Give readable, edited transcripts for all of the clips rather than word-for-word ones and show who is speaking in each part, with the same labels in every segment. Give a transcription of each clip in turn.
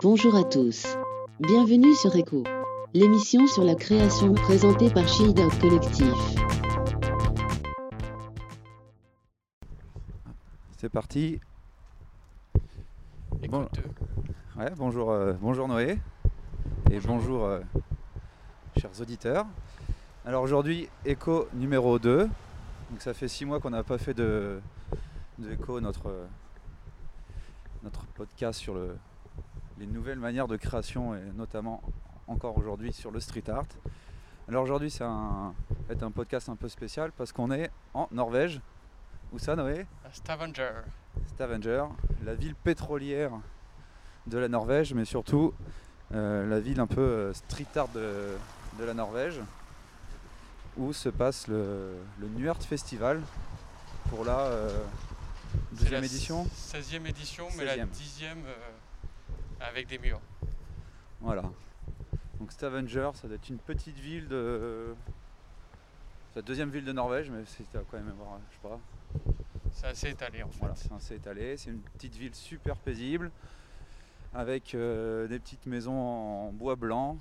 Speaker 1: Bonjour à tous. Bienvenue sur Echo, l'émission sur la création présentée par Shield Out Collectif.
Speaker 2: C'est parti.
Speaker 3: Écoute,
Speaker 2: Bonjour Noé et bonjour chers auditeurs. Alors aujourd'hui, Echo numéro 2. Donc ça fait 6 mois qu'on n'a pas fait de Echo, notre podcast sur les nouvelles manières de création et notamment encore aujourd'hui sur le street art. Alors aujourd'hui c'est un podcast un peu spécial parce qu'on est en Norvège. Où ça, Noé ? Stavanger, la ville pétrolière de la Norvège, mais surtout la ville un peu street art de la Norvège, où se passe le Nuart Festival pour la 12e édition.
Speaker 3: 16e édition, mais la 10e avec des murs.
Speaker 2: Voilà. Donc Stavanger, ça doit être une petite ville c'est la deuxième ville de Norvège, mais c'est quand même, je sais pas.
Speaker 3: C'est assez étalé en fait.
Speaker 2: Voilà, c'est assez étalé. C'est une petite ville super paisible avec des petites maisons en bois blanc,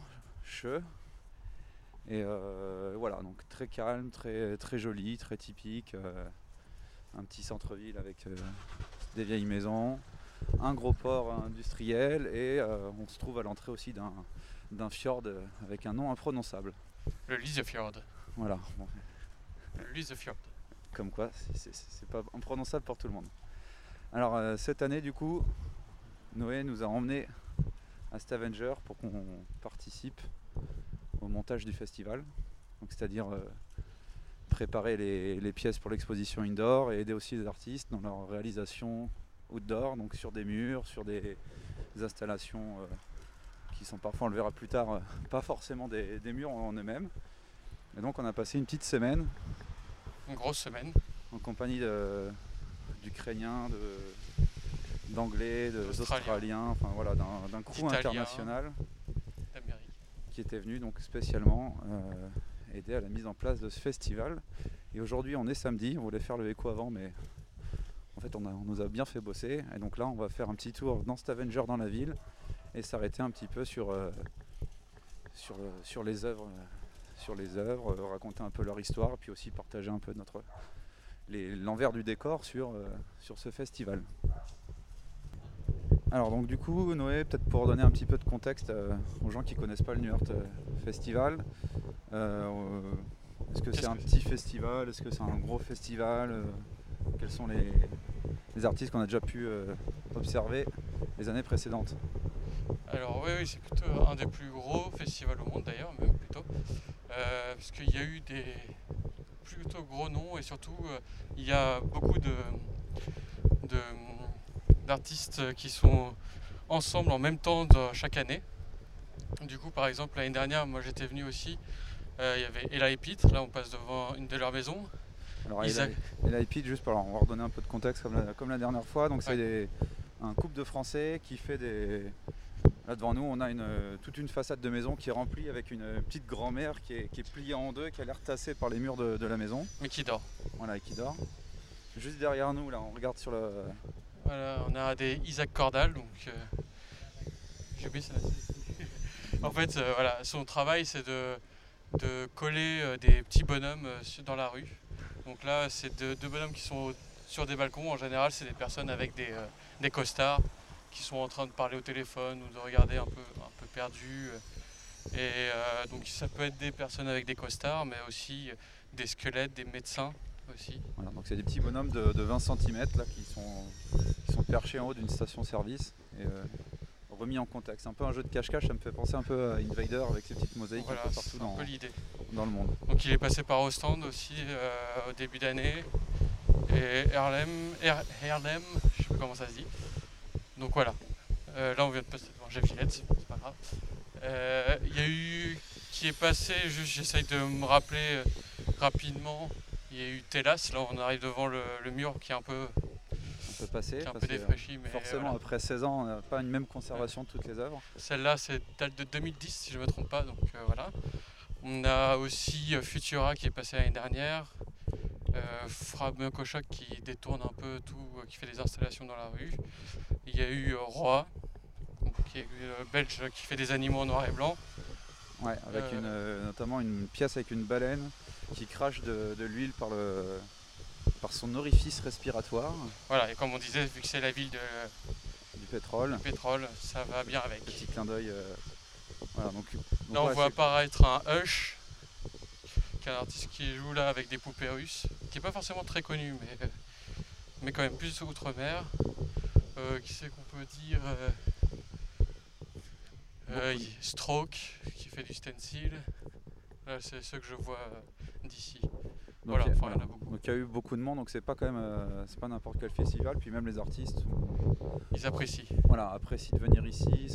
Speaker 2: et voilà, donc très calme, très, très joli, très typique. Un petit centre-ville avec des vieilles maisons, un gros port industriel et on se trouve à l'entrée aussi d'un fjord avec un nom imprononçable.
Speaker 3: Le Lysefjord.
Speaker 2: Voilà.
Speaker 3: Le Lysefjord.
Speaker 2: Comme quoi, c'est pas imprononçable pour tout le monde. Alors cette année du coup, Noé nous a emmenés à Stavanger pour qu'on participe au montage du festival. Donc c'est-à-dire préparer les pièces pour l'exposition indoor et aider aussi les artistes dans leur réalisation outdoor, donc sur des murs, sur des installations qui sont parfois, on le verra plus tard, pas forcément des murs en eux-mêmes. Et donc on a passé une petite semaine.
Speaker 3: Une grosse semaine.
Speaker 2: En compagnie d'Ukrainiens, d'Anglais, d'Australiens, enfin voilà, d'un crew international
Speaker 3: d'Amérique
Speaker 2: qui était venu donc spécialement aider à la mise en place de ce festival. Et aujourd'hui on est samedi, on voulait faire le Echo avant, mais en fait on nous a bien fait bosser. Et donc là on va faire un petit tour dans Stavanger, dans la ville, et s'arrêter un petit peu sur les œuvres. Raconter un peu leur histoire, puis aussi partager un peu l'envers du décor sur ce festival. Alors donc du coup, Noé, peut-être pour donner un petit peu de contexte aux gens qui ne connaissent pas le Nuart Festival, est-ce que c'est un petit festival, est-ce que c'est un gros festival, quels sont les artistes qu'on a déjà pu observer les années précédentes?
Speaker 3: Alors oui, c'est plutôt un des plus gros festivals au monde d'ailleurs, même plutôt. Parce qu'il y a eu des plutôt gros noms et surtout il y a beaucoup d'artistes qui sont ensemble en même temps chaque année. Du coup par exemple l'année dernière moi j'étais venu aussi, il y avait Ella et Pete, là on passe devant une de leurs maisons.
Speaker 2: Alors Ella et Pete, juste pour on va redonner un peu de contexte comme la dernière fois, donc c'est un couple de Français qui fait des... Là devant nous on a toute une façade de maison qui est remplie avec une petite grand-mère qui est pliée en deux, qui a l'air tassée par les murs de la maison.
Speaker 3: Mais qui dort.
Speaker 2: Voilà, et qui dort. Juste derrière nous là, on regarde sur le...
Speaker 3: Voilà, on a des Isaac Cordal, donc j'ai oublié ça. En fait voilà, son travail c'est de coller des petits bonhommes dans la rue. Donc là c'est deux bonhommes qui sont sur des balcons, en général c'est des personnes avec des costards qui sont en train de parler au téléphone ou de regarder un peu perdu. Et donc ça peut être des personnes avec des costards, mais aussi des squelettes, des médecins aussi.
Speaker 2: Voilà, donc c'est des petits bonhommes de 20 cm là, qui sont perchés en haut d'une station-service et remis en contexte. C'est un peu un jeu de cache-cache, ça me fait penser un peu à Invader avec ces petites mosaïques
Speaker 3: voilà,
Speaker 2: un peu partout dans le monde.
Speaker 3: Donc il est passé par Ostende aussi au début d'année. Et Haarlem, je sais pas comment ça se dit. Donc voilà, là on vient de passer devant Jeff Gillette, c'est pas grave. Il y a eu qui est passé, juste j'essaye de me rappeler rapidement, il y a eu Telas, là on arrive devant le mur qui est un peu
Speaker 2: passé,
Speaker 3: un peu défraîchi. Mais
Speaker 2: forcément voilà. Après 16 ans on n'a pas une même conservation de toutes les œuvres.
Speaker 3: Celle-là c'est date de 2010 si je ne me trompe pas, donc voilà. On a aussi Futura qui est passé l'année dernière. Frab Kochak qui détourne un peu tout, qui fait des installations dans la rue. Il y a eu Roi qui est belge, qui fait des animaux en noir et blanc.
Speaker 2: Ouais, avec notamment une pièce avec une baleine qui crache de l'huile par son orifice respiratoire.
Speaker 3: Voilà, et comme on disait, vu que c'est la ville
Speaker 2: du pétrole,
Speaker 3: ça va bien avec.
Speaker 2: Petit clin d'œil. Voilà, donc
Speaker 3: là, on voit apparaître un Hush, qui est un artiste qui joue là avec des poupées russes, qui n'est pas forcément très connu, mais quand même plus outre-mer. Qui c'est qu'on peut dire Stroke, qui fait du stencil. Là, c'est ceux que je vois d'ici. Voilà, il y en a beaucoup.
Speaker 2: Donc il y a eu beaucoup de monde, donc c'est pas quand même c'est pas n'importe quel festival, puis même les artistes
Speaker 3: ils apprécient.
Speaker 2: Voilà, apprécient de venir ici,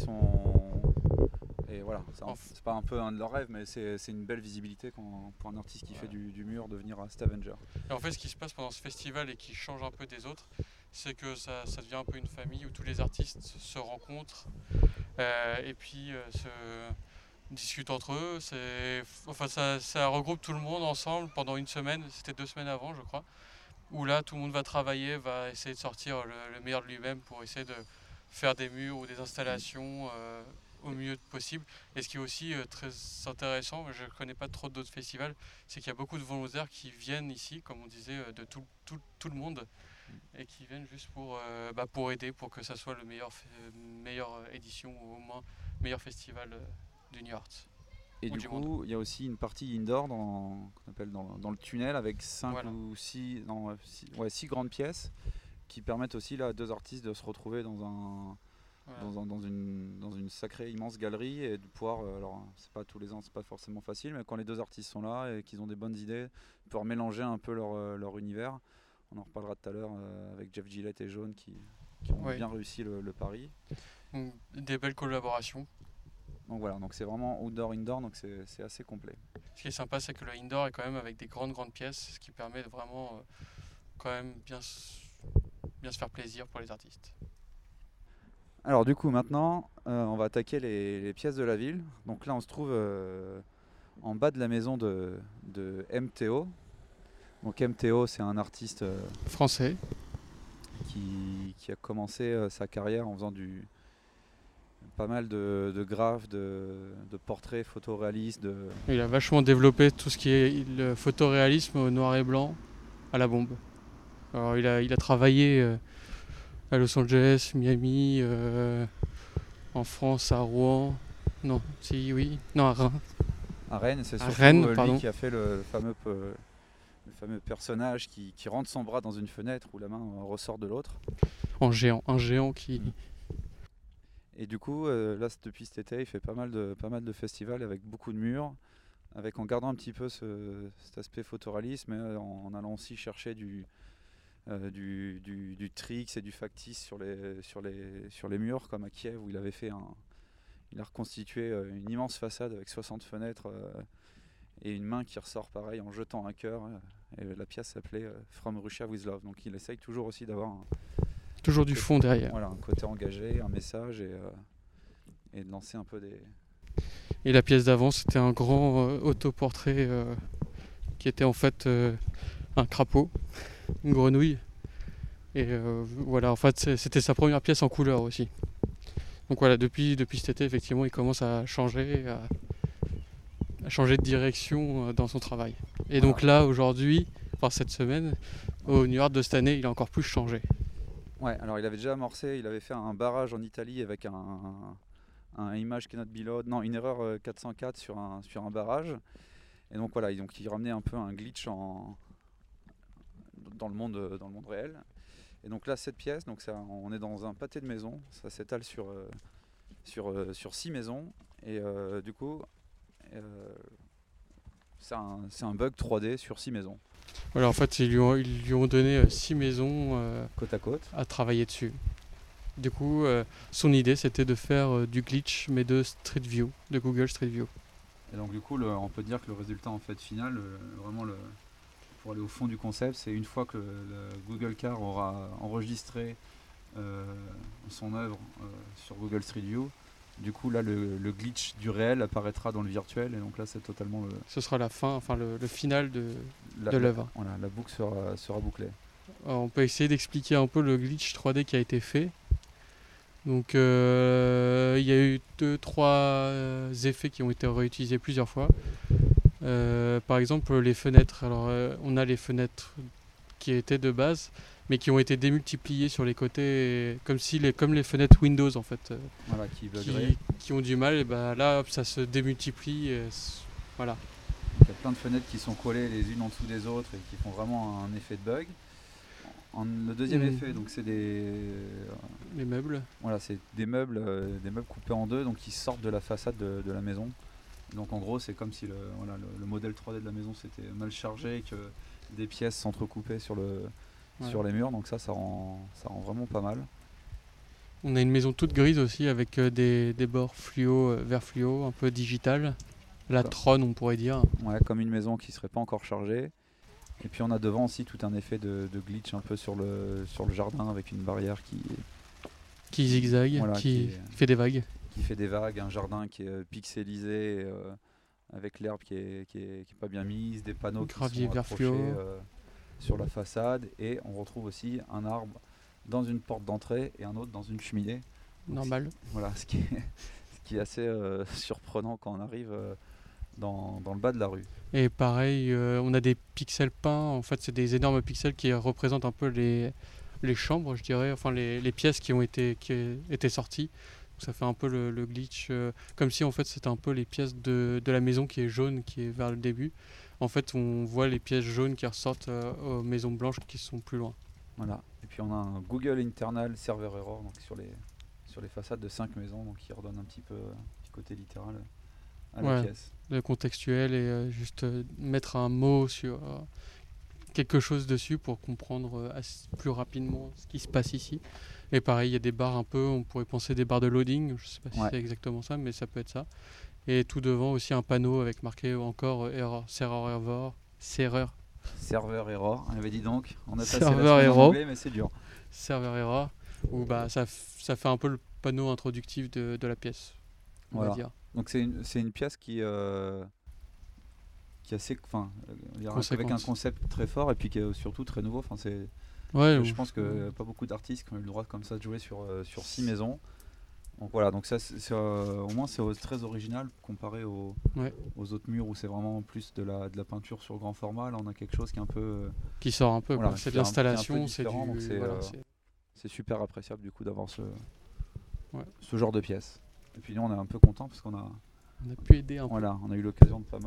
Speaker 2: et voilà, c'est pas un peu un de leurs rêves, mais c'est une belle visibilité pour un artiste qui fait du mur de venir à Stavanger.
Speaker 3: Et en fait, ce qui se passe pendant ce festival et qui change un peu des autres, c'est que ça devient un peu une famille où tous les artistes se rencontrent et puis se discutent entre eux. Ça regroupe tout le monde ensemble pendant une semaine, c'était 2 semaines avant je crois, où là tout le monde va travailler, va essayer de sortir le meilleur de lui-même pour essayer de faire des murs ou des installations au mieux possible. Et ce qui est aussi très intéressant, je ne connais pas trop d'autres festivals, c'est qu'il y a beaucoup de volontaires qui viennent ici, comme on disait, de tout le monde, et qui viennent juste pour aider, pour que ça soit le meilleure édition ou au moins meilleur festival du New Art.
Speaker 2: Et du coup, il y a aussi une partie indoor qu'on appelle dans le tunnel avec 5 ou 6 grandes pièces qui permettent aussi là, à 2 artistes de se retrouver dans une sacrée immense galerie et de pouvoir, alors c'est pas tous les ans, c'est pas forcément facile, mais quand les 2 artistes sont là et qu'ils ont des bonnes idées, pouvoir mélanger un peu leur univers. On en reparlera tout à l'heure avec Jeff Gillette et Jaune qui ont bien réussi le pari.
Speaker 3: Des belles collaborations.
Speaker 2: Donc voilà, donc c'est vraiment outdoor-indoor, donc c'est assez complet.
Speaker 3: Ce qui est sympa, c'est que le indoor est quand même avec des grandes pièces, ce qui permet de vraiment quand même bien se faire plaisir pour les artistes.
Speaker 2: Alors du coup maintenant on va attaquer les pièces de la ville. Donc là on se trouve en bas de la maison de MTO. Donc MTO c'est un artiste
Speaker 3: français
Speaker 2: qui a commencé sa carrière en faisant pas mal de graphes, de portraits photoréalistes.
Speaker 3: Il a vachement développé tout ce qui est le photoréalisme au noir et blanc à la bombe. Alors il a travaillé à Los Angeles, Miami, en France, à Rouen, à Rennes.
Speaker 2: À Rennes, c'est surtout lui qui a fait le fameux personnage qui rentre son bras dans une fenêtre où la main ressort de l'autre.
Speaker 3: Un géant qui...
Speaker 2: Et du coup, là depuis cet été, il fait pas mal de festivals avec beaucoup de murs, en gardant un petit peu cet aspect photoréalisme, mais en allant aussi chercher du tricks et du factice sur les murs, comme à Kiev où il a reconstitué une immense façade avec 60 fenêtres et une main qui ressort pareil en jetant un cœur. Et la pièce s'appelait From Russia with Love. Donc il essaye toujours aussi d'avoir
Speaker 3: toujours du fond derrière.
Speaker 2: Voilà, un côté engagé, un message et de lancer un peu des...
Speaker 3: Et la pièce d'avant, c'était un grand autoportrait qui était en fait un crapaud, une grenouille. Et voilà, en fait, c'était sa première pièce en couleur aussi. Donc voilà, depuis cet été, effectivement, il commence à changer de direction dans son travail. Et donc là, aujourd'hui, cette semaine, au New Art de cette année, il a encore plus changé.
Speaker 2: Ouais, alors il avait déjà amorcé, il avait fait un barrage en Italie avec un image cannot be load, non, une erreur 404 sur un barrage. Et donc voilà, il ramenait un peu un glitch dans le monde réel. Et donc là, cette pièce, donc on est dans un pâté de maison, ça s'étale sur 6 maisons. Et du coup, c'est un bug 3D sur 6 maisons.
Speaker 3: Voilà, en fait, ils lui ont donné 6 maisons
Speaker 2: côte à côte
Speaker 3: à travailler dessus. Du coup, son idée, c'était de faire du glitch, mais de Street View, de Google Street View.
Speaker 2: Et donc du coup, on peut dire que le résultat en fait final, pour aller au fond du concept, c'est une fois que le Google Car aura enregistré son œuvre sur Google Street View, du coup là le glitch du réel apparaîtra dans le virtuel, et donc là c'est totalement
Speaker 3: ce sera la fin, le final de l'œuvre.
Speaker 2: Voilà, la boucle sera bouclée.
Speaker 3: Alors, on peut essayer d'expliquer un peu le glitch 3D qui a été fait. Donc il y a eu 2-3 effets qui ont été réutilisés plusieurs fois. Par exemple les fenêtres. Alors on a les fenêtres qui étaient de base, mais qui ont été démultipliées sur les côtés, comme les fenêtres Windows en fait,
Speaker 2: Voilà, qui buggeraient.
Speaker 3: qui ont du mal. Et bah là hop, ça se démultiplie. Voilà.
Speaker 2: Il y a plein de fenêtres qui sont collées les unes en dessous des autres et qui font vraiment un effet de bug. Le deuxième effet, donc c'est
Speaker 3: les meubles.
Speaker 2: Voilà, c'est des meubles coupés en deux, donc qui sortent de la façade de la maison. Donc en gros, c'est comme si le modèle 3D de la maison s'était mal chargé et que des pièces s'entrecoupaient sur les murs. Donc ça rend vraiment pas mal.
Speaker 3: On a une maison toute grise aussi avec des bords fluo, vert fluo, un peu digital. La Tron, on pourrait dire.
Speaker 2: Ouais, comme une maison qui serait pas encore chargée. Et puis on a devant aussi tout un effet de glitch un peu sur le jardin avec une barrière
Speaker 3: qui zigzague,
Speaker 2: voilà,
Speaker 3: qui fait des vagues.
Speaker 2: Qui fait des vagues, un jardin qui est pixelisé avec l'herbe qui est pas bien mise, des panneaux qui sont accrochés sur la façade, et on retrouve aussi un arbre dans une porte d'entrée et un autre dans une cheminée.
Speaker 3: Normal.
Speaker 2: Voilà, ce qui est assez surprenant quand on arrive dans le bas de la rue.
Speaker 3: Et pareil, on a des pixels peints. En fait, c'est des énormes pixels qui représentent un peu les chambres, je dirais, enfin les pièces qui étaient sorties. Donc ça fait un peu le glitch, comme si en fait c'était un peu les pièces de la maison qui est jaune, qui est vers le début. En fait, on voit les pièces jaunes qui ressortent aux maisons blanches qui sont plus loin.
Speaker 2: Voilà. Et puis on a un Google Internal Server Error donc sur les façades de 5 maisons, donc qui redonne un petit côté littéral à la pièce.
Speaker 3: Le contextuel et juste mettre un mot sur quelque chose dessus pour comprendre plus rapidement ce qui se passe ici. Et pareil, il y a des barres un peu, on pourrait penser des barres de loading, je sais pas si c'est exactement ça, mais ça peut être ça. Et tout devant aussi un panneau avec marqué encore server
Speaker 2: error, on avait dit donc, on a passé
Speaker 3: server
Speaker 2: la
Speaker 3: error
Speaker 2: en anglais mais c'est dur.
Speaker 3: Server error, où ça fait un peu le panneau introductif de la pièce, on va dire.
Speaker 2: Donc c'est une pièce qui est assez, avec un concept très fort et puis qui est surtout très nouveau. Je pense que pas beaucoup d'artistes qui ont eu le droit comme ça de jouer sur 6 maisons. Donc voilà, donc ça au moins c'est très original comparé aux autres murs où c'est vraiment plus de la peinture sur grand format. Là on a quelque chose qui est un peu
Speaker 3: qui sort un peu. C'est de l'installation, c'est
Speaker 2: super appréciable du coup d'avoir ce genre de pièce. Et puis nous on est un peu content parce qu'on a
Speaker 3: pu aider un peu.
Speaker 2: Voilà, on a eu l'occasion de pas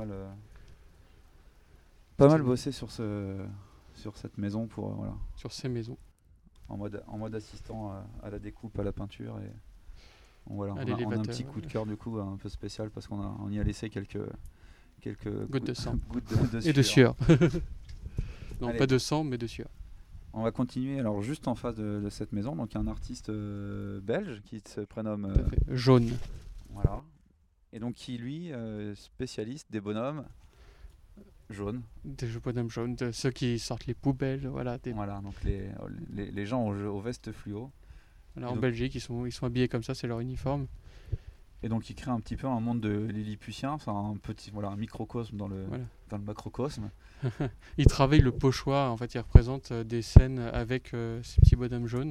Speaker 2: mal bosser sur cette maison
Speaker 3: sur ces maisons
Speaker 2: en mode assistant à la découpe, à la peinture, et on a un petit coup de cœur du coup un peu spécial parce qu'on y a laissé quelques
Speaker 3: gouttes de sang
Speaker 2: de
Speaker 3: et de sueur. Non,
Speaker 2: Allez.
Speaker 3: Pas de sang mais de sueur.
Speaker 2: On va continuer alors juste en face de cette maison, donc un artiste belge qui se prénomme
Speaker 3: Jaune.
Speaker 2: Voilà. Et donc qui lui spécialiste des bonhommes jaunes.
Speaker 3: Des bonhommes jaunes, de ceux qui sortent les poubelles, voilà.
Speaker 2: Voilà, donc les gens aux vestes fluo.
Speaker 3: Voilà, en Belgique, ils sont habillés comme ça, c'est leur uniforme.
Speaker 2: Et donc il crée un petit peu un monde de Lilliputien, un microcosme dans le macrocosme.
Speaker 3: Il travaille le pochoir, en fait, il représente des scènes avec ces petits bonhommes jaunes.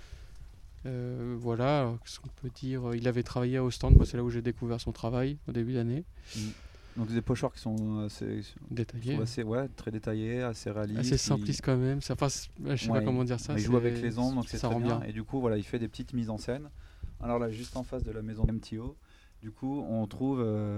Speaker 3: Voilà, qu'est-ce qu'on peut dire ? Il avait travaillé à Ostende, moi c'est là où j'ai découvert son travail au début d'année.
Speaker 2: Donc des pochoirs qui sont assez
Speaker 3: détaillés,
Speaker 2: très détaillés, assez réalistes,
Speaker 3: assez simplistes quand même. Je sais pas comment dire ça.
Speaker 2: Il joue avec les ombres, donc c'est très bien.
Speaker 3: bien.
Speaker 2: Et du coup, il fait des petites mises en scène. Alors là, juste en face de la maison MTO, du coup, on trouve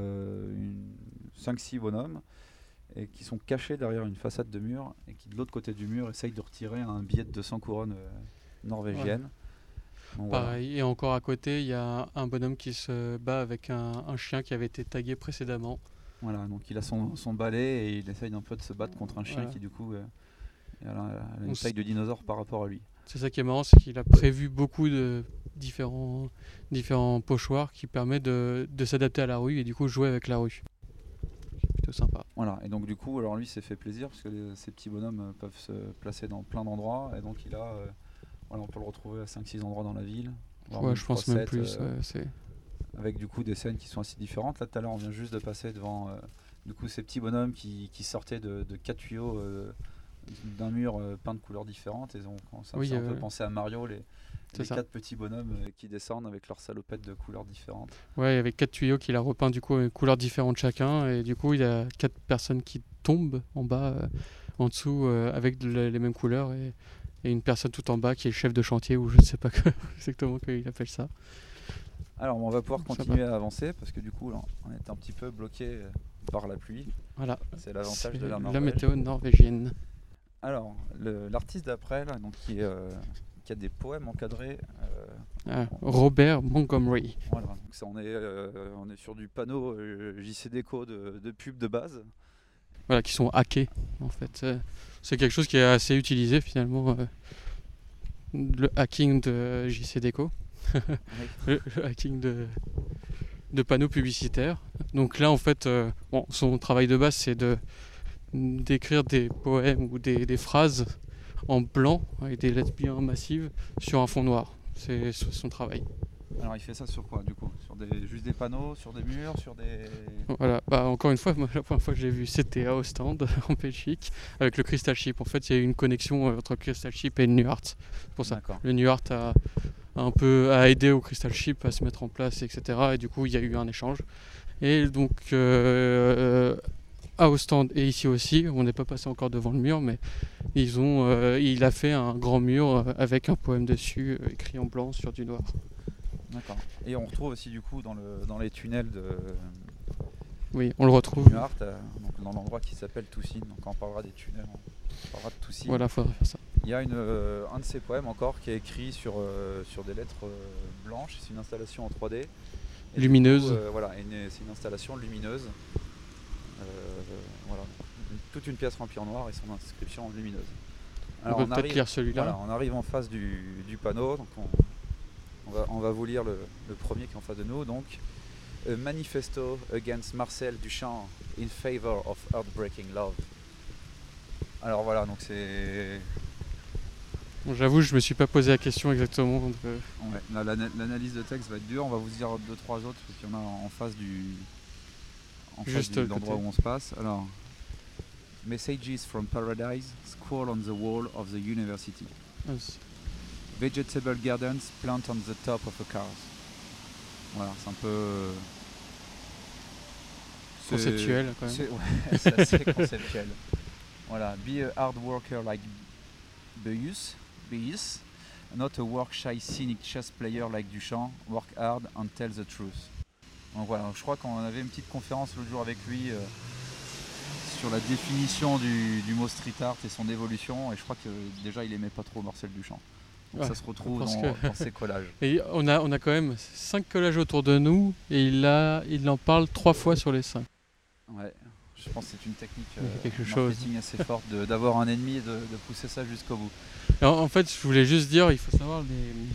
Speaker 2: 5-6 bonhommes et qui sont cachés derrière une façade de mur et qui de l'autre côté du mur essayent de retirer un billet de 200 couronnes norvégiennes. Donc,
Speaker 3: pareil, et encore à côté, il y a un bonhomme qui se bat avec un chien qui avait été tagué précédemment.
Speaker 2: Voilà, donc il a son balai et il essaye un peu de se battre contre un chien qui du coup a une taille de dinosaure par rapport à lui.
Speaker 3: C'est ça qui est marrant, c'est qu'il a prévu beaucoup de différents pochoirs qui permettent de s'adapter à la rue et du coup jouer avec la rue. C'est plutôt sympa.
Speaker 2: Voilà, et donc du coup, alors lui s'est fait plaisir parce que ces petits bonhommes peuvent se placer dans plein d'endroits et donc il a, on peut le retrouver à 5-6 endroits dans la ville.
Speaker 3: Je pense même plus.
Speaker 2: Avec du coup des scènes qui sont assez différentes. Là tout à l'heure on vient juste de passer devant du coup ces petits bonhommes qui sortaient de 4 tuyaux d'un mur peint de couleurs différentes et donc ça fait un peu penser à Mario,
Speaker 3: C'est
Speaker 2: les
Speaker 3: ça.
Speaker 2: 4 petits bonhommes qui descendent avec leurs salopettes de couleurs différentes.
Speaker 3: Ouais, avec 4 tuyaux qu'il a repeints du coup, couleurs différentes chacun, et du coup il y a 4 personnes qui tombent en bas, en dessous, avec les mêmes couleurs, et une personne tout en bas qui est le chef de chantier, ou je ne sais pas exactement comment il appelle ça.
Speaker 2: Alors on va pouvoir
Speaker 3: Ça
Speaker 2: continuer à avancer parce que du coup là, on est un petit peu bloqué par la pluie.
Speaker 3: Voilà,
Speaker 2: C'est l'avantage
Speaker 3: c'est
Speaker 2: de la
Speaker 3: la
Speaker 2: Norvège.
Speaker 3: météo norvégienne.
Speaker 2: Alors l'artiste d'après là, donc qui a des poèmes encadrés.
Speaker 3: Robert Montgomery.
Speaker 2: Voilà, donc ça, on est sur du panneau JC Déco de pub de base.
Speaker 3: Voilà, qui sont hackés en fait. C'est quelque chose qui est assez utilisé finalement, le hacking de JC Déco. le hacking de panneaux publicitaires. Donc là en fait, son travail de base c'est d'écrire des poèmes ou des phrases en blanc avec des lettres bien massives sur un fond noir. C'est son travail.
Speaker 2: Alors il fait ça sur quoi du coup? Juste des panneaux, sur des murs, sur des...
Speaker 3: Voilà, encore une fois, moi, la première fois que j'ai vu c'était à Ostend en Belgique avec le Crystal Ship. En fait il y a eu une connexion entre Crystal Ship et Nuart. C'est pour ça.
Speaker 2: D'accord.
Speaker 3: Le Nuart a aidé au Crystal Ship à se mettre en place, etc. Et du coup il y a eu un échange. Et donc à Ostend et ici aussi, on n'est pas passé encore devant le mur, mais il a fait un grand mur avec un poème dessus écrit en blanc sur du noir.
Speaker 2: D'accord. Et on retrouve aussi du coup dans les tunnels de
Speaker 3: Oui, on le retrouve.
Speaker 2: Nuart, donc dans l'endroit qui s'appelle Toussine. Donc quand on parlera des tunnels, on parlera de Toussine.
Speaker 3: Voilà, faudrait faire ça.
Speaker 2: Il y a un de ses poèmes encore qui est écrit sur des lettres blanches. C'est une installation en 3D. Et
Speaker 3: Lumineuse.
Speaker 2: du coup, voilà, c'est une installation lumineuse. Voilà, toute une pièce remplie en noir et son inscription lumineuse. Alors,
Speaker 3: on peut peut-être lire celui-là.
Speaker 2: Voilà, on arrive en face du panneau. Donc on va vous lire le premier qui est en face de nous. Donc, A Manifesto against Marcel Duchamp in favor of heartbreaking love. Alors voilà, donc c'est...
Speaker 3: Bon, j'avoue, je me suis pas posé la question exactement.
Speaker 2: Ouais, l'analyse de texte va être dure. On va vous dire 2-3 autres parce qu'il y en a en face
Speaker 3: Juste
Speaker 2: de l'endroit où on se passe. Alors, Messages from Paradise, Scroll on the wall of the university. Vegetable gardens, plant on the top of a car. Voilà, c'est un peu...
Speaker 3: Conceptuel quand même.
Speaker 2: Ouais, c'est assez conceptuel. Voilà, be a hard worker like Beus, not a work shy cynic chess player like Duchamp, work hard and tell the truth. Donc voilà, je crois qu'on avait une petite conférence l'autre jour avec lui sur la définition du mot street art et son évolution, et je crois que déjà il aimait pas trop Marcel Duchamp. Donc
Speaker 3: Ouais,
Speaker 2: ça se retrouve
Speaker 3: dans
Speaker 2: ces collages.
Speaker 3: Et on a quand même 5 collages autour de nous et il en parle 3 fois sur les 5.
Speaker 2: Ouais, je pense que c'est une technique
Speaker 3: quelque
Speaker 2: marketing assez forte d'avoir un ennemi et de pousser ça jusqu'au bout.
Speaker 3: En fait, je voulais juste dire, il faut savoir,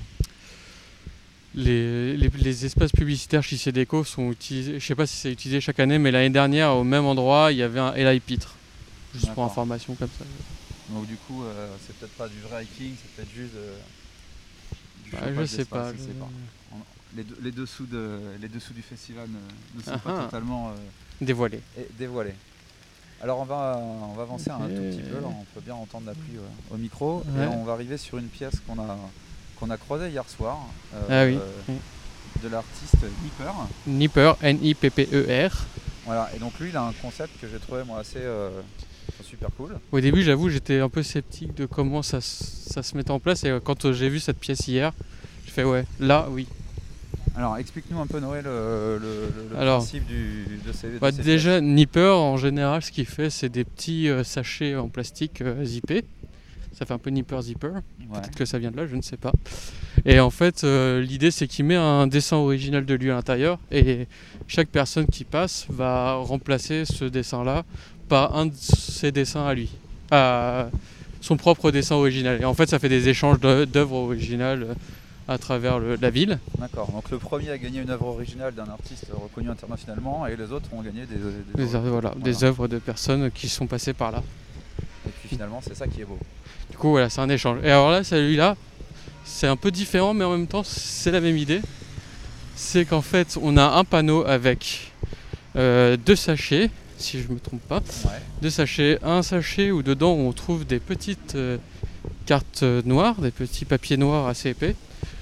Speaker 3: les espaces publicitaires chez JC Déco sont utilisés, je sais pas si c'est utilisé chaque année, mais l'année dernière, au même endroit, il y avait un Eli Pitre. Juste pour information comme ça.
Speaker 2: Donc du coup, c'est peut-être pas du vrai hiking, c'est peut-être juste
Speaker 3: je sais pas.
Speaker 2: Les dessous du festival ne sont pas totalement
Speaker 3: dévoilés.
Speaker 2: Alors on va avancer un tout petit peu, là, on peut bien entendre la pluie au micro,
Speaker 3: ouais.
Speaker 2: Et on va arriver sur une pièce qu'on a croisée hier soir, de l'artiste
Speaker 3: Nipper, Nipper.
Speaker 2: Voilà, et donc lui il a un concept que j'ai trouvé moi assez super cool.
Speaker 3: Au début j'avoue j'étais un peu sceptique de comment ça se mettait en place, et quand j'ai vu cette pièce hier, je fais ouais, là oui.
Speaker 2: Alors explique-nous un peu Noé le principe de ces
Speaker 3: déjà pièces. Nipper en général ce qu'il fait c'est des petits sachets en plastique zippés. Ça fait un peu Nipper Zipper, ouais. Peut-être que ça vient de là, je ne sais pas. Et en fait l'idée c'est qu'il met un dessin original de lui à l'intérieur, et chaque personne qui passe va remplacer ce dessin là par un de ses dessins à lui, à son propre dessin original. Et en fait ça fait des échanges d'œuvres originales à travers la ville.
Speaker 2: D'accord, donc le premier a gagné une œuvre originale d'un artiste reconnu internationalement, et les autres ont gagné
Speaker 3: des œuvres de personnes qui sont passées par là.
Speaker 2: Et puis finalement c'est ça qui est beau.
Speaker 3: Du coup voilà, c'est un échange. Et alors là, celui-là, c'est un peu différent, mais en même temps c'est la même idée. C'est qu'en fait on a un panneau avec 2 sachets, si je ne me trompe pas.
Speaker 2: Ouais.
Speaker 3: 2 sachets, un sachet où dedans on trouve des petites cartes noires, des petits papiers noirs assez épais.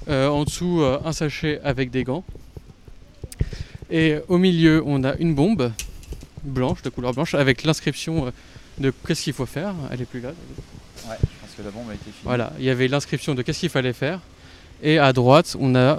Speaker 3: En dessous, un sachet avec des gants. Et au milieu, on a une bombe blanche, de couleur blanche, avec l'inscription de qu'est-ce qu'il faut faire. Elle est plus là.
Speaker 2: Ouais, je pense que la bombe a été finie.
Speaker 3: Voilà, il y avait l'inscription de qu'est-ce qu'il fallait faire. Et à droite, on a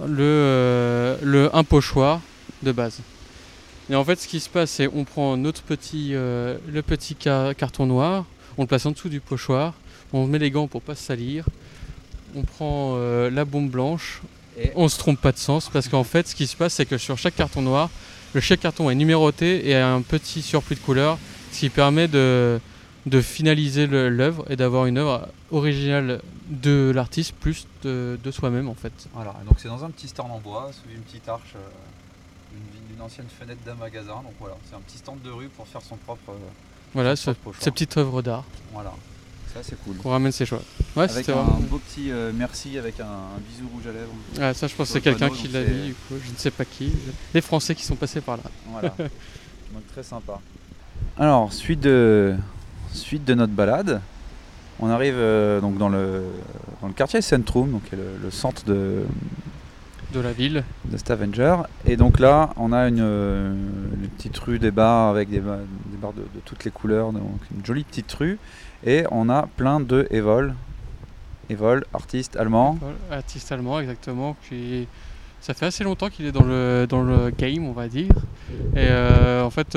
Speaker 3: un pochoir de base. Et en fait, ce qui se passe, c'est qu'on prend le petit carton noir, on le place en dessous du pochoir, on met les gants pour pas se salir, on prend la bombe blanche, et on se trompe pas de sens, parce qu'en fait, ce qui se passe, c'est que sur chaque carton noir, chaque carton est numéroté et a un petit surplus de couleurs, ce qui permet de finaliser l'œuvre et d'avoir une œuvre originale de l'artiste plus de soi-même en fait.
Speaker 2: Voilà, donc c'est dans un petit stand en bois, sous une petite arche d'une ancienne fenêtre d'un magasin. Donc voilà, c'est un petit stand de rue pour faire son propre.
Speaker 3: Voilà, cette petite œuvre d'art.
Speaker 2: Voilà, ça c'est cool.
Speaker 3: Qu'on ramène ses choix. Ouais,
Speaker 2: avec un beau petit merci avec un bisou rouge à lèvres.
Speaker 3: Ouais, ça je pense que c'est quelqu'un qui l'a mis, du coup, je ne sais pas qui. Les Français qui sont passés par là.
Speaker 2: Voilà, donc très sympa. Alors, suite de notre balade, on arrive donc dans le quartier Centrum, donc qui est le centre de
Speaker 3: la ville
Speaker 2: de Stavanger. Et donc là, on a une petite rue des bars avec des bars de toutes les couleurs, donc une jolie petite rue. Et on a plein de Evol, artiste allemand.
Speaker 3: Artiste allemand, exactement. Ça fait assez longtemps qu'il est dans le game, on va dire. Et en fait,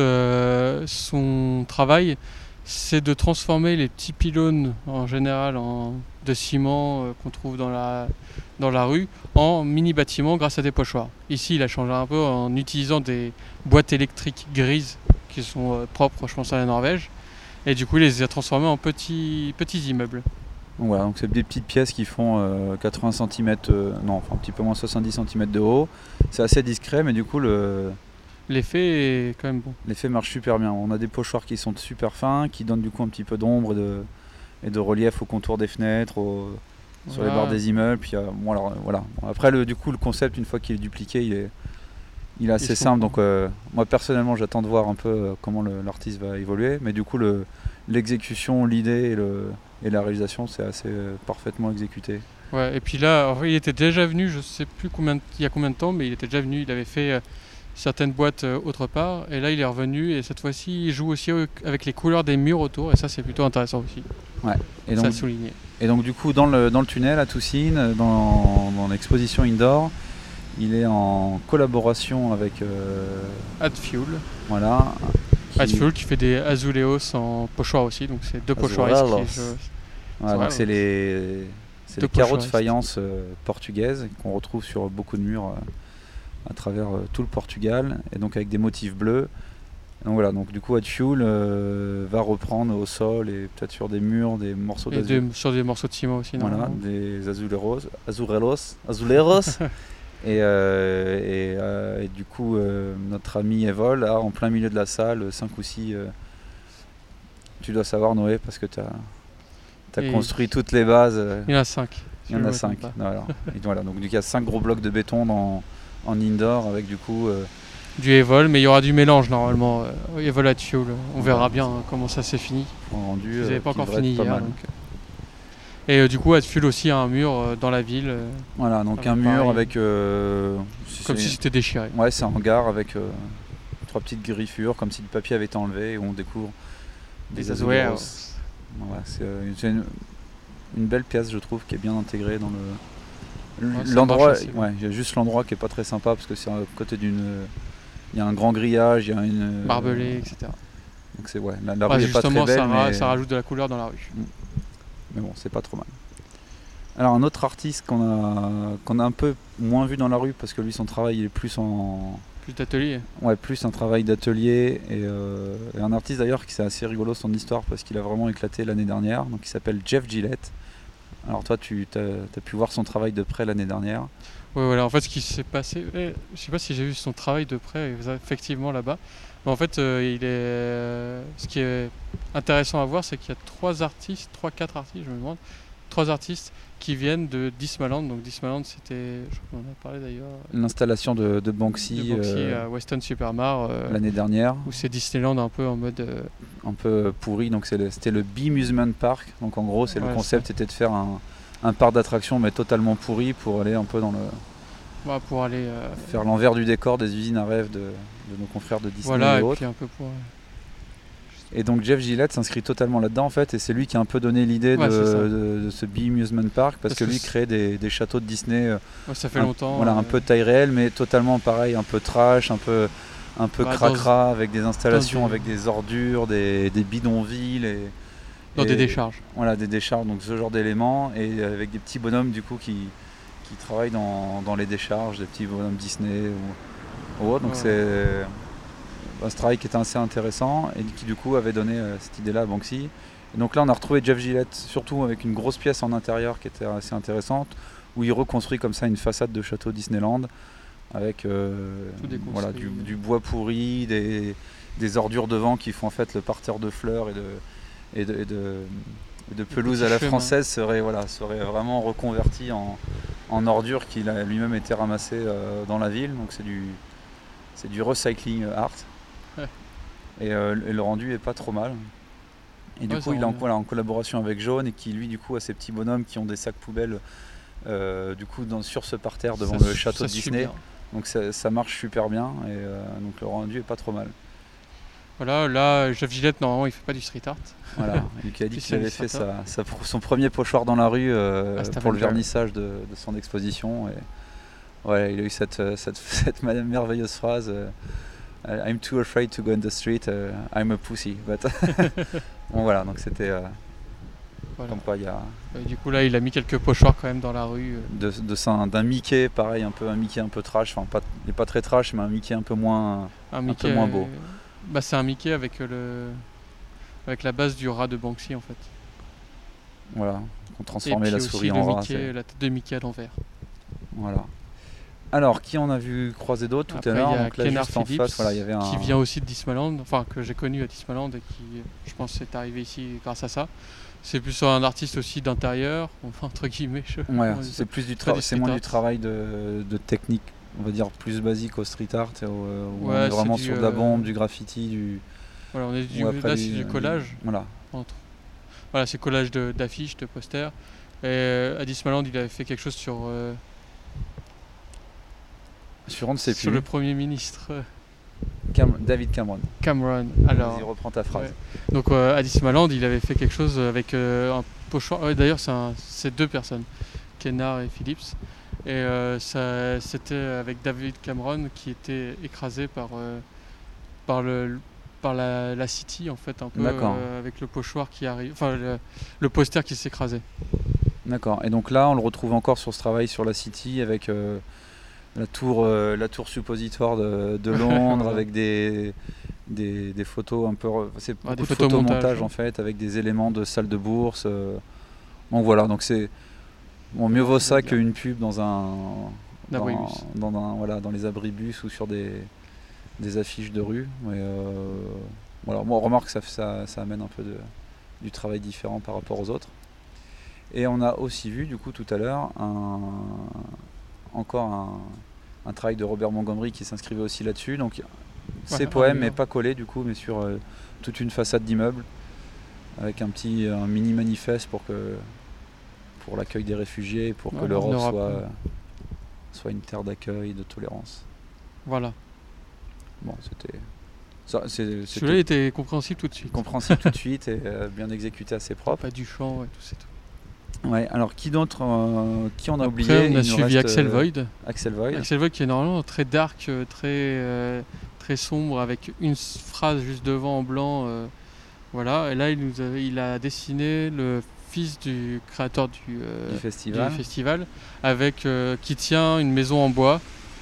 Speaker 3: son travail, c'est de transformer les petits pylônes en général de ciment qu'on trouve dans la rue en mini bâtiments grâce à des pochoirs. Ici, il a changé un peu en utilisant des boîtes électriques grises qui sont propres, je pense, à la Norvège. Et du coup, il les a transformés en petits immeubles.
Speaker 2: Donc voilà, donc c'est des petites pièces qui font 80 cm, un petit peu moins 70 cm de haut. C'est assez discret, mais du coup
Speaker 3: l'effet est quand même bon.
Speaker 2: L'effet marche super bien. On a des pochoirs qui sont super fins, qui donnent du coup un petit peu d'ombre et de relief au contour des fenêtres, sur les bords des immeubles. Puis, voilà. Après, le concept, une fois qu'il est dupliqué, il est assez simple. Donc moi personnellement, j'attends de voir un peu comment l'artiste va évoluer. Mais du coup, l'exécution, l'idée et la réalisation, c'est assez parfaitement exécuté.
Speaker 3: Ouais, et puis là, il était déjà venu, je sais plus il y a combien de temps, mais il était déjà venu, il avait fait certaines boîtes autre part, et là il est revenu, et cette fois-ci il joue aussi avec les couleurs des murs autour, et ça c'est plutôt intéressant aussi.
Speaker 2: Ouais. Et donc,
Speaker 3: ça souligné.
Speaker 2: Et donc du coup, dans le tunnel à Toussine, dans l'exposition indoor, il est en collaboration avec
Speaker 3: Adfuel.
Speaker 2: Voilà.
Speaker 3: Adfuel qui fait des azuleos en pochoir aussi, donc c'est deux pochoiristes qui
Speaker 2: voilà, donc c'est les carreaux de faïence portugaises qu'on retrouve sur beaucoup de murs à travers tout le Portugal, et donc avec des motifs bleus. Donc voilà, donc du coup Adfuel va reprendre au sol et peut-être sur des murs des morceaux
Speaker 3: sur des morceaux de ciment aussi.
Speaker 2: Voilà, des azuleros. Et du coup, notre ami Evol a en plein milieu de la salle 5 ou 6. Tu dois savoir, Noé, parce que tu as construit toutes les bases.
Speaker 3: Il y en a 5.
Speaker 2: Il y en a 5. Voilà, donc il y a 5 gros blocs de béton en indoor avec du coup.
Speaker 3: Du Evol, mais il y aura du mélange normalement. Evol Adfuel, on verra bien comment ça s'est fini.
Speaker 2: Rendu,
Speaker 3: vous n'avez pas encore fini hier. Et du coup, Adfuel aussi a un mur dans la ville.
Speaker 2: Voilà, donc un mur avec.
Speaker 3: Comme si c'était déchiré.
Speaker 2: Ouais, c'est un hangar avec 3 petites griffures, comme si le papier avait été enlevé, et on découvre des azuleros. Voilà, c'est une belle pièce, je trouve, qui est bien intégrée dans l'endroit. Ouais, il y a juste l'endroit qui est pas très sympa parce que c'est à côté il y a un grand grillage, il y a une
Speaker 3: barbelé, etc.
Speaker 2: Donc c'est la rue est pas très belle,
Speaker 3: ça rajoute de la couleur dans la rue.
Speaker 2: Mais bon, c'est pas trop mal. Alors un autre artiste qu'on a un peu moins vu dans la rue parce que lui son travail il est plus
Speaker 3: d'atelier.
Speaker 2: Ouais, plus un travail d'atelier et un artiste d'ailleurs qui c'est assez rigolo son histoire parce qu'il a vraiment éclaté l'année dernière. Donc il s'appelle Jeff Gillette. Alors toi tu as pu voir son travail de près l'année dernière.
Speaker 3: Oui, voilà, en fait ce qui s'est passé, je sais pas si j'ai vu son travail de près effectivement là-bas. Mais en fait ce qui est intéressant à voir, c'est qu'il y a 3-4 artistes, je me demande, 3 artistes qui viennent de Dismaland. Donc Dismaland, c'était, je crois qu'on en a parlé d'ailleurs,
Speaker 2: l'installation de Banksy
Speaker 3: à Weston Supermare
Speaker 2: l'année dernière,
Speaker 3: où c'est Disneyland un peu en mode
Speaker 2: un peu pourri. Donc c'était le Beamusement Park. Donc en gros, le concept était de faire un parc d'attractions mais totalement pourri pour aller un peu dans le
Speaker 3: Pour aller.
Speaker 2: faire l'envers du décor des usines à rêve de nos confrères de Disney
Speaker 3: Voilà,
Speaker 2: et
Speaker 3: et
Speaker 2: autres.
Speaker 3: puis un peu pour.
Speaker 2: Et donc Jeff Gillette s'inscrit totalement là-dedans en fait, et c'est lui qui a un peu donné l'idée
Speaker 3: Ouais, c'est ça.
Speaker 2: de ce Bee-Amusement Park, parce que
Speaker 3: que
Speaker 2: lui crée des châteaux de Disney
Speaker 3: Ouais, ça fait
Speaker 2: un,
Speaker 3: longtemps.
Speaker 2: voilà, un peu de taille réelle, mais totalement pareil, un peu trash, un peu cracra, avec des installations,
Speaker 3: des-
Speaker 2: avec des ordures, des bidonvilles
Speaker 3: Dans
Speaker 2: et
Speaker 3: des décharges.
Speaker 2: Voilà, des décharges, donc ce genre d'éléments, et avec des petits bonhommes du coup qui travaillent dans les décharges, des petits bonhommes Disney ou autre. Donc
Speaker 3: Ouais.
Speaker 2: c'est un travail qui était assez intéressant et qui du coup avait donné cette idée-là à Banksy. Et donc là on a retrouvé Jeff Gillette, surtout avec une grosse pièce en intérieur qui était assez intéressante, où il reconstruit comme ça une façade de château Disneyland avec voilà, du bois pourri, des ordures devant qui font en fait le parterre de fleurs et de pelouse à la française serait vraiment reconverti en ordures qu'il a lui-même été ramassé dans la ville. Donc c'est du recycling art.
Speaker 3: Ouais.
Speaker 2: Et le rendu est pas trop mal. Et du coup il est en collaboration avec Jaune, et qui lui du coup a ces petits bonhommes qui ont des sacs poubelles du coup sur ce parterre devant le château de Disney. Donc ça marche super bien, et donc le rendu est pas trop mal.
Speaker 3: Voilà, là, Jeff Gillette, normalement, il fait pas du street art.
Speaker 2: Voilà, lui qui a dit qu'il avait fait son premier pochoir dans la rue pour le vernissage de son exposition. Et ouais, il a eu cette merveilleuse phrase I'm too afraid to go in the street, I'm a pussy. But bon voilà, donc c'était
Speaker 3: Voilà.
Speaker 2: comme quoi il y a
Speaker 3: Du coup, là, il a mis quelques pochoirs quand même dans la rue.
Speaker 2: d'un Mickey, pareil, un Mickey un peu trash, enfin il n'est pas très trash, mais un Mickey un peu moins beau.
Speaker 3: Bah, c'est un Mickey avec la base du rat de Banksy en fait.
Speaker 2: Voilà, on transformait la souris en rat.
Speaker 3: La tête de Mickey à l'envers.
Speaker 2: Voilà. Alors, qui on a vu croiser d'autres tout à l'heure? Donc là,
Speaker 3: Kennard
Speaker 2: juste en
Speaker 3: Phillips,
Speaker 2: face, voilà, il y avait
Speaker 3: qui vient aussi de Disneyland, enfin que j'ai connu à Disneyland et qui, je pense, est arrivé ici grâce à ça. C'est plus un artiste aussi d'intérieur, enfin entre guillemets.
Speaker 2: Ouais, c'est plus c'est moins du travail de technique, on va dire plus basique au street art, où on est vraiment sur de la bombe, du graffiti,
Speaker 3: Voilà, là c'est du collage.
Speaker 2: Voilà.
Speaker 3: Voilà, c'est collage d'affiches, de posters. Et à Disneyland, il avait fait quelque chose sur le Premier ministre.
Speaker 2: David Cameron. Alors, vas-y, reprends ta phrase.
Speaker 3: Ouais. Donc à Disneyland, il avait fait quelque chose avec un pochoir. D'ailleurs, c'est deux personnes, Kennard et Phillips. Et c'était avec David Cameron qui était écrasé par la City en fait, un peu avec le pochoir qui arrive, enfin le poster qui s'écrasait.
Speaker 2: D'accord. Et donc là, on le retrouve encore sur ce travail sur la City avec la tour suppositoire de Londres avec des photos un peu, c'est beaucoup de photomontage en fait, avec des éléments de salle de bourse. Donc voilà, donc c'est mieux vaut ça qu'une pub dans les abribus ou sur des affiches de rue. Mais voilà, moi on remarque que ça amène un peu du travail différent par rapport aux autres. Et on a aussi vu du coup tout à l'heure encore un travail de Robert Montgomery qui s'inscrivait aussi là-dessus. Donc ses poèmes, mais pas collés du coup, mais sur toute une façade d'immeuble avec un mini manifeste pour l'accueil des réfugiés, pour que l'Europe soit une terre d'accueil, de tolérance.
Speaker 3: Voilà.
Speaker 2: Bon, c'était...
Speaker 3: Celui-là était compréhensible tout de suite.
Speaker 2: Compréhensible tout de suite et bien exécuté, assez propre.
Speaker 3: Pas du chant, ouais, tout c'est tout.
Speaker 2: Ouais, alors qui d'autre qui on a oublié?
Speaker 3: Après, on a suivi Axel Void.
Speaker 2: Axel Void
Speaker 3: qui est normalement très dark, très sombre, avec une phrase juste devant en blanc. Voilà, et là il a dessiné le fils du créateur du festival avec, qui tient une maison en bois.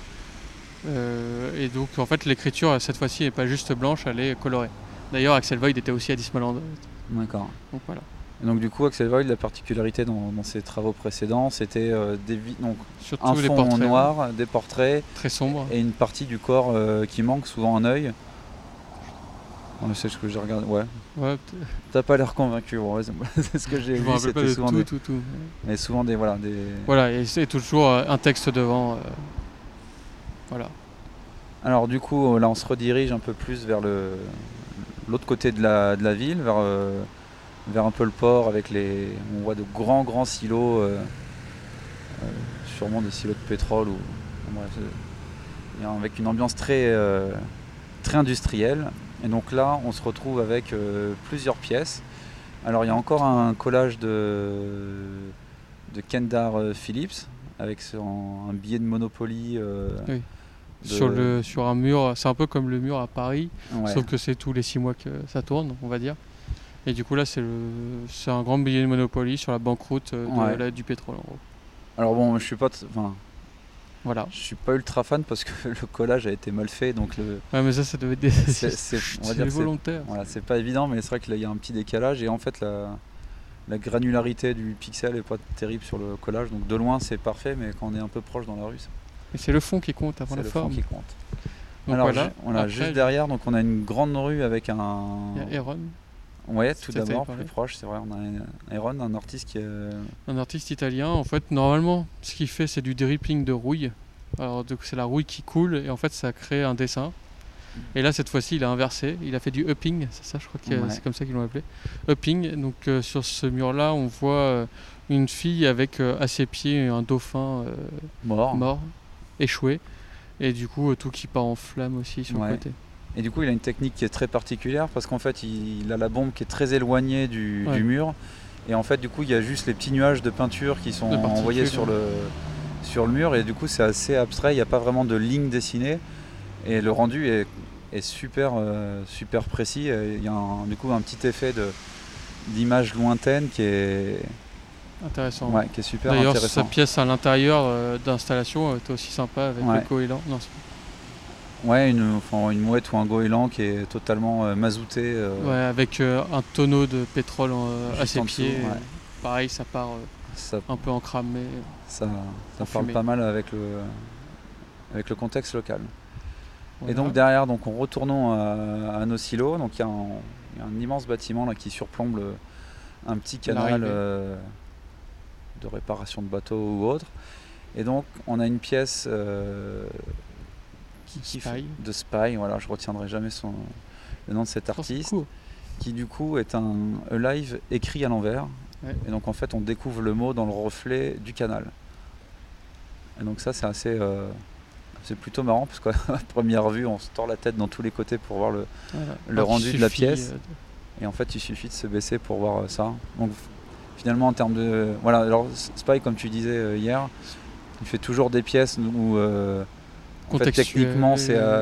Speaker 3: Et donc en fait l'écriture cette fois-ci n'est pas juste blanche, elle est colorée. D'ailleurs Axel Void était aussi à Disneyland.
Speaker 2: D'accord.
Speaker 3: Donc voilà.
Speaker 2: Et donc du coup Axel Void, la particularité dans ses travaux précédents, c'était surtout un fond portraits, noir, des portraits
Speaker 3: très sombres
Speaker 2: et une partie du corps qui manque, souvent un œil. C'est ce que j'ai regardé. Ouais. T'as pas l'air convaincu. Bon, c'est ce que j'ai vu.
Speaker 3: C'était souvent tout.
Speaker 2: Mais souvent des.
Speaker 3: Voilà, et c'est toujours un texte devant. Voilà.
Speaker 2: Alors du coup là on se redirige un peu plus vers l'autre côté de la ville, vers vers un peu le port avec on voit de grands silos, sûrement des silos de pétrole ou bref, avec une ambiance très industrielle. Et donc là on se retrouve avec plusieurs pièces. Alors il y a encore un collage de Kendar Phillips avec un billet de Monopoly.
Speaker 3: Oui. Sur un mur, c'est un peu comme le mur à Paris,
Speaker 2: Ouais.
Speaker 3: sauf que c'est tous les 6 mois que ça tourne, on va dire. Et du coup là c'est un grand billet de Monopoly sur la banqueroute du pétrole en gros.
Speaker 2: Alors bon, je suis pas ultra fan parce que le collage a été mal fait, donc
Speaker 3: ouais, mais ça devait être
Speaker 2: c'est
Speaker 3: volontaire.
Speaker 2: Voilà, c'est pas évident, mais c'est vrai qu'il y a un petit décalage et en fait la granularité du pixel est pas terrible sur le collage, donc de loin c'est parfait, mais quand on est un peu proche dans la rue,
Speaker 3: et c'est le fond qui compte avant la forme.
Speaker 2: C'est le fond qui compte.
Speaker 3: Donc
Speaker 2: alors
Speaker 3: voilà.
Speaker 2: Juste derrière, donc on a une grande rue avec
Speaker 3: il y a Aaron.
Speaker 2: Ouais, tout d'abord, plus proche, c'est vrai, on a Aaron, un artiste qui est...
Speaker 3: Un artiste italien, en fait, normalement, ce qu'il fait, c'est du dripping de rouille. Alors, c'est la rouille qui coule, et en fait, ça crée un dessin. Et là, cette fois-ci, il a inversé, il a fait du upping, c'est ça, je crois que c'est comme ça qu'ils l'ont appelé. Upping, donc sur ce mur-là, on voit une fille avec à ses pieds un dauphin mort, échoué, et du coup, tout qui part en flamme aussi sur le côté.
Speaker 2: Et du coup, il a une technique qui est très particulière parce qu'en fait, il a la bombe qui est très éloignée du mur. Et en fait, du coup, il y a juste les petits nuages de peinture qui sont envoyés sur le mur. Et du coup, c'est assez abstrait. Il n'y a pas vraiment de ligne dessinée. Et le rendu est super précis. Et il y a du coup un petit effet d'image lointaine qui est
Speaker 3: intéressant.
Speaker 2: Ouais, qui est super
Speaker 3: D'ailleurs,
Speaker 2: intéressant.
Speaker 3: sa pièce à l'intérieur d'installation était aussi sympa avec le goéland.
Speaker 2: Ouais, une mouette ou un goéland qui est totalement mazouté.
Speaker 3: Ouais, avec un tonneau de pétrole à ses pieds.
Speaker 2: Ouais.
Speaker 3: Pareil, ça part un peu encramé.
Speaker 2: Ça parle pas mal avec le contexte local. Voilà. Et donc derrière, en retournant à nos silos, donc il y a un immense bâtiment là, qui surplombe un petit canal de réparation de bateaux ou autre. Et donc on a une pièce... de Spy, voilà, je retiendrai jamais le nom de cet artiste, qui du coup est un live écrit à l'envers. Ouais. Et donc en fait on découvre le mot dans le reflet du canal. Et donc ça c'est c'est plutôt marrant parce qu'à première vue on se tord la tête dans tous les côtés pour voir le rendu de la pièce. Et en fait il suffit de se baisser pour voir ça. Donc finalement en termes de... Voilà, alors Spy, comme tu disais hier, il fait toujours des pièces où... En fait, techniquement,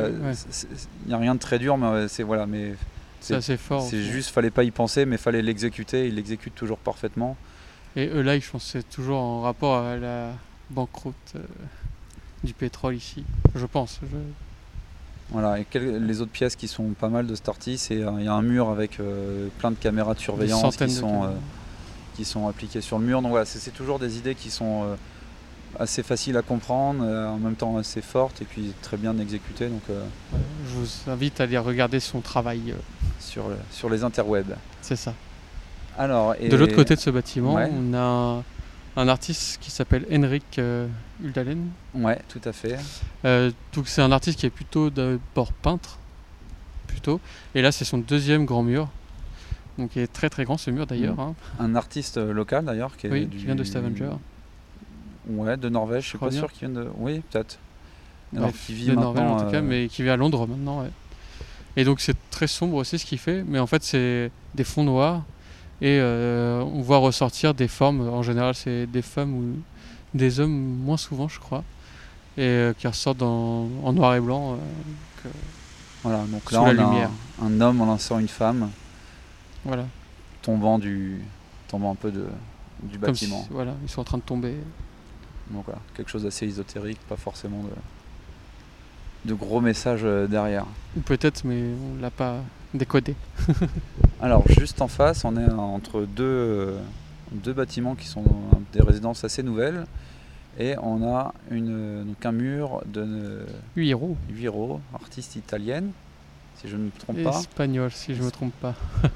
Speaker 2: il n'y a rien de très dur, mais
Speaker 3: c'est assez fort.
Speaker 2: C'est juste, fallait pas y penser, mais fallait l'exécuter. Il l'exécute toujours parfaitement.
Speaker 3: Et là, je pense que c'est toujours en rapport à la banqueroute du pétrole ici, je pense.
Speaker 2: Voilà, et les autres pièces qui sont pas mal de cet artiste, il y a un mur avec plein de caméras de surveillance qui sont appliquées sur le mur. Donc voilà, c'est toujours des idées qui sont... assez facile à comprendre, en même temps assez forte et puis très bien exécutée. Donc,
Speaker 3: je vous invite à aller regarder son travail
Speaker 2: sur les interwebs.
Speaker 3: C'est ça.
Speaker 2: Alors,
Speaker 3: de l'autre côté de ce bâtiment, on a un artiste qui s'appelle Henrik Uldalen.
Speaker 2: Ouais, tout à fait.
Speaker 3: Donc c'est un artiste qui est plutôt d'abord peintre, et là c'est son deuxième grand mur. Donc il est très très grand ce mur d'ailleurs.
Speaker 2: Un artiste local d'ailleurs qui
Speaker 3: vient de Stavanger.
Speaker 2: Ouais, de Norvège, je suis pas sûr qu'il vienne de... Oui, peut-être.
Speaker 3: Qui vit de Norvège en tout cas, mais qui vit à Londres maintenant. Ouais. Et donc c'est très sombre aussi ce qu'il fait, mais en fait c'est des fonds noirs et on voit ressortir des formes. En général c'est des femmes ou des hommes, moins souvent je crois, et qui ressortent en noir et blanc.
Speaker 2: Voilà, donc là on a un homme en lançant une femme.
Speaker 3: Voilà.
Speaker 2: Tombant un peu du bâtiment.
Speaker 3: Voilà, ils sont en train de tomber.
Speaker 2: Donc voilà, quelque chose d'assez ésotérique, pas forcément de gros messages derrière.
Speaker 3: Ou peut-être, mais on ne l'a pas décodé.
Speaker 2: Alors juste en face, on est entre deux bâtiments qui sont des résidences assez nouvelles. Et on a donc un mur de Huiro, artiste italienne, si je ne me trompe pas.
Speaker 3: Espagnol, si je ne me trompe pas.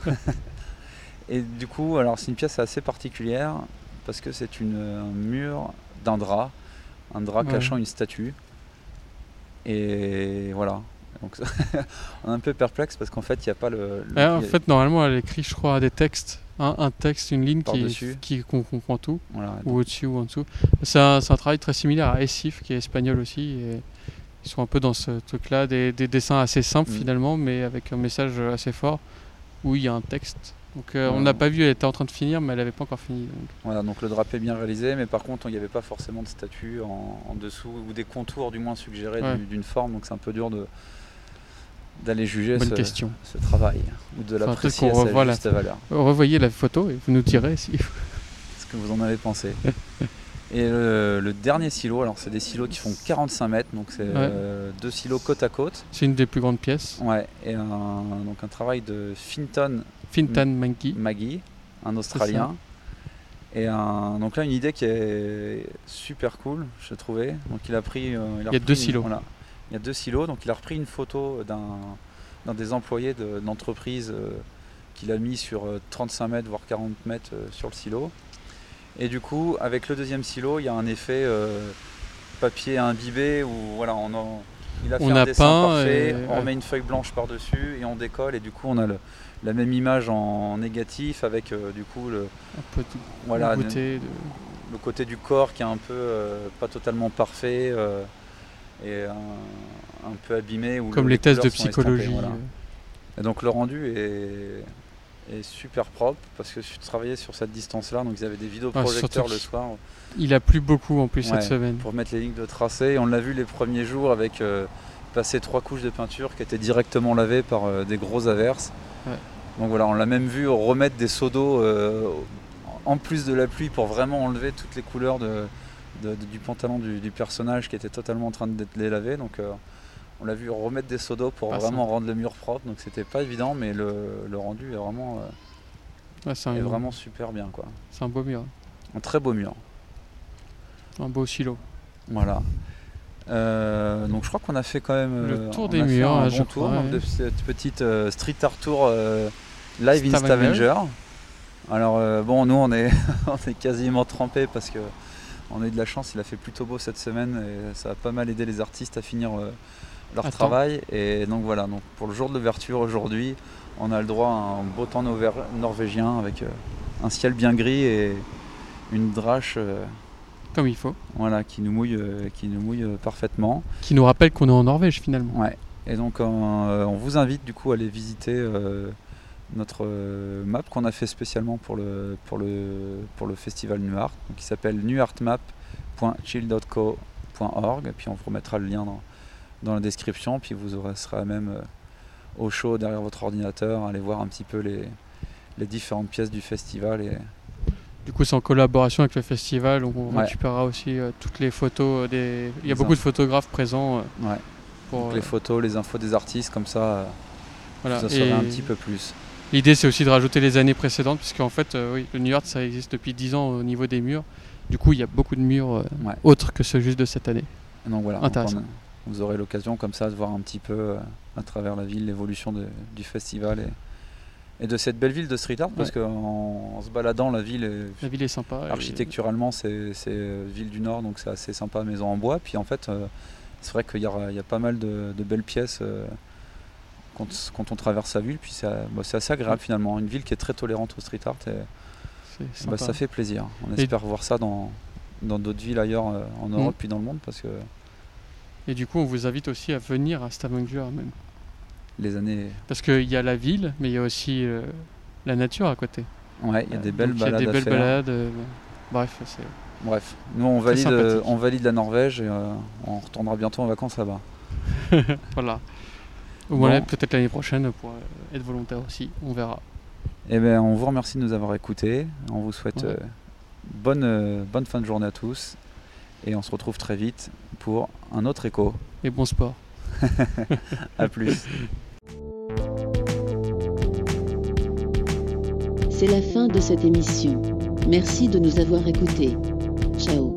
Speaker 2: Et du coup, alors c'est une pièce assez particulière parce que c'est un mur d'un drap, cachant une statue. Et voilà, Donc on est un peu perplexe parce qu'en fait il n'y a pas
Speaker 3: En fait, normalement, elle écrit, je crois, des textes. Un texte, une ligne qu'on comprend tout,
Speaker 2: voilà,
Speaker 3: ou au-dessus ou en dessous. C'est un travail très similaire à Essif, qui est espagnol aussi. Et ils sont un peu dans ce truc-là, des dessins assez simples finalement, mais avec un message assez fort, où il y a un texte. Donc on n'a pas vu, elle était en train de finir, mais elle n'avait pas encore fini. Donc.
Speaker 2: Voilà, donc le drapé est bien réalisé, mais par contre il n'y avait pas forcément de statue en dessous, ou des contours du moins suggérés d'une forme, donc c'est un peu dur d'aller juger ce travail, ou de l'apprécier à sa juste valeur.
Speaker 3: Revoyez la photo et vous nous direz ce
Speaker 2: que vous en avez pensé. Et le dernier silo, alors c'est des silos qui font 45 mètres, donc c'est 2 silos côte à côte.
Speaker 3: C'est une des plus grandes pièces.
Speaker 2: Ouais, et donc un travail de Fintan Maggie, un Australien. Et donc là une idée qui est super cool, je trouvais. Donc il a pris.
Speaker 3: Il y a 2 silos.
Speaker 2: Voilà. Il y a 2 silos, donc il a repris une photo d'un des employés de l'entreprise qu'il a mis sur 35 mètres voire 40 mètres sur le silo. Et du coup, avec le deuxième silo, il y a un effet papier imbibé où voilà, il a fait un dessin parfait, on remet une feuille blanche par-dessus et on décolle et du coup on a la même image en négatif avec du coup le côté du corps qui est un peu pas totalement parfait et un peu abîmé.
Speaker 3: Comme les tests de psychologie.
Speaker 2: Voilà. Et donc le rendu est super propre parce que je travaillais sur cette distance-là, donc ils avaient des vidéoprojecteurs le soir.
Speaker 3: Il a plu beaucoup en plus cette semaine.
Speaker 2: Pour mettre les lignes de tracé. Et on l'a vu les premiers jours avec passer 3 couches de peinture qui étaient directement lavées par des grosses averses. Ouais. Donc voilà, on l'a même vu remettre des seaux d'eau en plus de la pluie pour vraiment enlever toutes les couleurs du pantalon du personnage qui était totalement en train d'être lavé. Donc on l'a vu remettre des seaux d'eau pour vraiment rendre le mur propre. Donc c'était pas évident, mais le rendu est vraiment, vraiment super bien, quoi.
Speaker 3: C'est un beau mur.
Speaker 2: Un très beau mur.
Speaker 3: Un beau silo.
Speaker 2: Voilà. Donc je crois qu'on a fait quand même
Speaker 3: le tour des murs,
Speaker 2: un bon tour de cette petite street art tour live in Stavanger. Alors bon, nous on est quasiment trempés parce que on a eu de la chance, il a fait plutôt beau cette semaine et ça a pas mal aidé les artistes à finir leur travail. Et donc voilà, donc pour le jour de l'ouverture aujourd'hui, on a le droit à un beau temps norvégien avec un ciel bien gris et une drache
Speaker 3: comme il faut.
Speaker 2: Voilà, qui nous mouille parfaitement.
Speaker 3: Qui nous rappelle qu'on est en Norvège finalement.
Speaker 2: Ouais. Et donc on vous invite du coup à aller visiter notre map qu'on a fait spécialement pour le festival Nuart, qui s'appelle nuartmap.chill.co.org, et puis on vous remettra le lien dans la description, puis vous serez même au chaud derrière votre ordinateur, aller voir un petit peu les différentes pièces du festival. Et
Speaker 3: du coup c'est en collaboration avec le festival, donc on récupérera aussi toutes les photos il y a beaucoup de photographes présents.
Speaker 2: Donc les photos, les infos des artistes, comme ça vous en saurez un petit peu plus.
Speaker 3: L'idée c'est aussi de rajouter les années précédentes, puisqu'en fait le Nuart ça existe depuis 10 ans au niveau des murs. Du coup il y a beaucoup de murs autres que ceux juste de cette année.
Speaker 2: Et donc voilà, vous aurez l'occasion comme ça de voir un petit peu à travers la ville l'évolution du festival et de cette belle ville de street art, parce qu'en se baladant la ville
Speaker 3: est sympa.
Speaker 2: Architecturalement c'est ville du Nord, donc c'est assez sympa, maison en bois. Puis en fait c'est vrai qu'il y a pas mal de belles pièces quand on traverse la ville, puis c'est assez agréable finalement. Une ville qui est très tolérante au street art et ça fait plaisir. On espère voir ça dans d'autres villes ailleurs en Europe puis dans le monde, parce que.
Speaker 3: Et du coup on vous invite aussi à venir à Stavanger même.
Speaker 2: Les années.
Speaker 3: Parce qu'il y a la ville, mais il y a aussi la nature à côté.
Speaker 2: Ouais, il y a des belles balades. Il y a des belles balades.
Speaker 3: Bref,
Speaker 2: nous on valide la Norvège et on retournera bientôt en vacances là-bas.
Speaker 3: Voilà. Ou voilà, peut-être l'année prochaine pour être volontaire aussi, on verra.
Speaker 2: Eh bien, on vous remercie de nous avoir écoutés. On vous souhaite bonne fin de journée à tous. Et on se retrouve très vite pour un autre écho.
Speaker 3: Et bon sport.
Speaker 2: À plus.
Speaker 1: C'est la fin de cette émission. Merci de nous avoir écoutés. Ciao.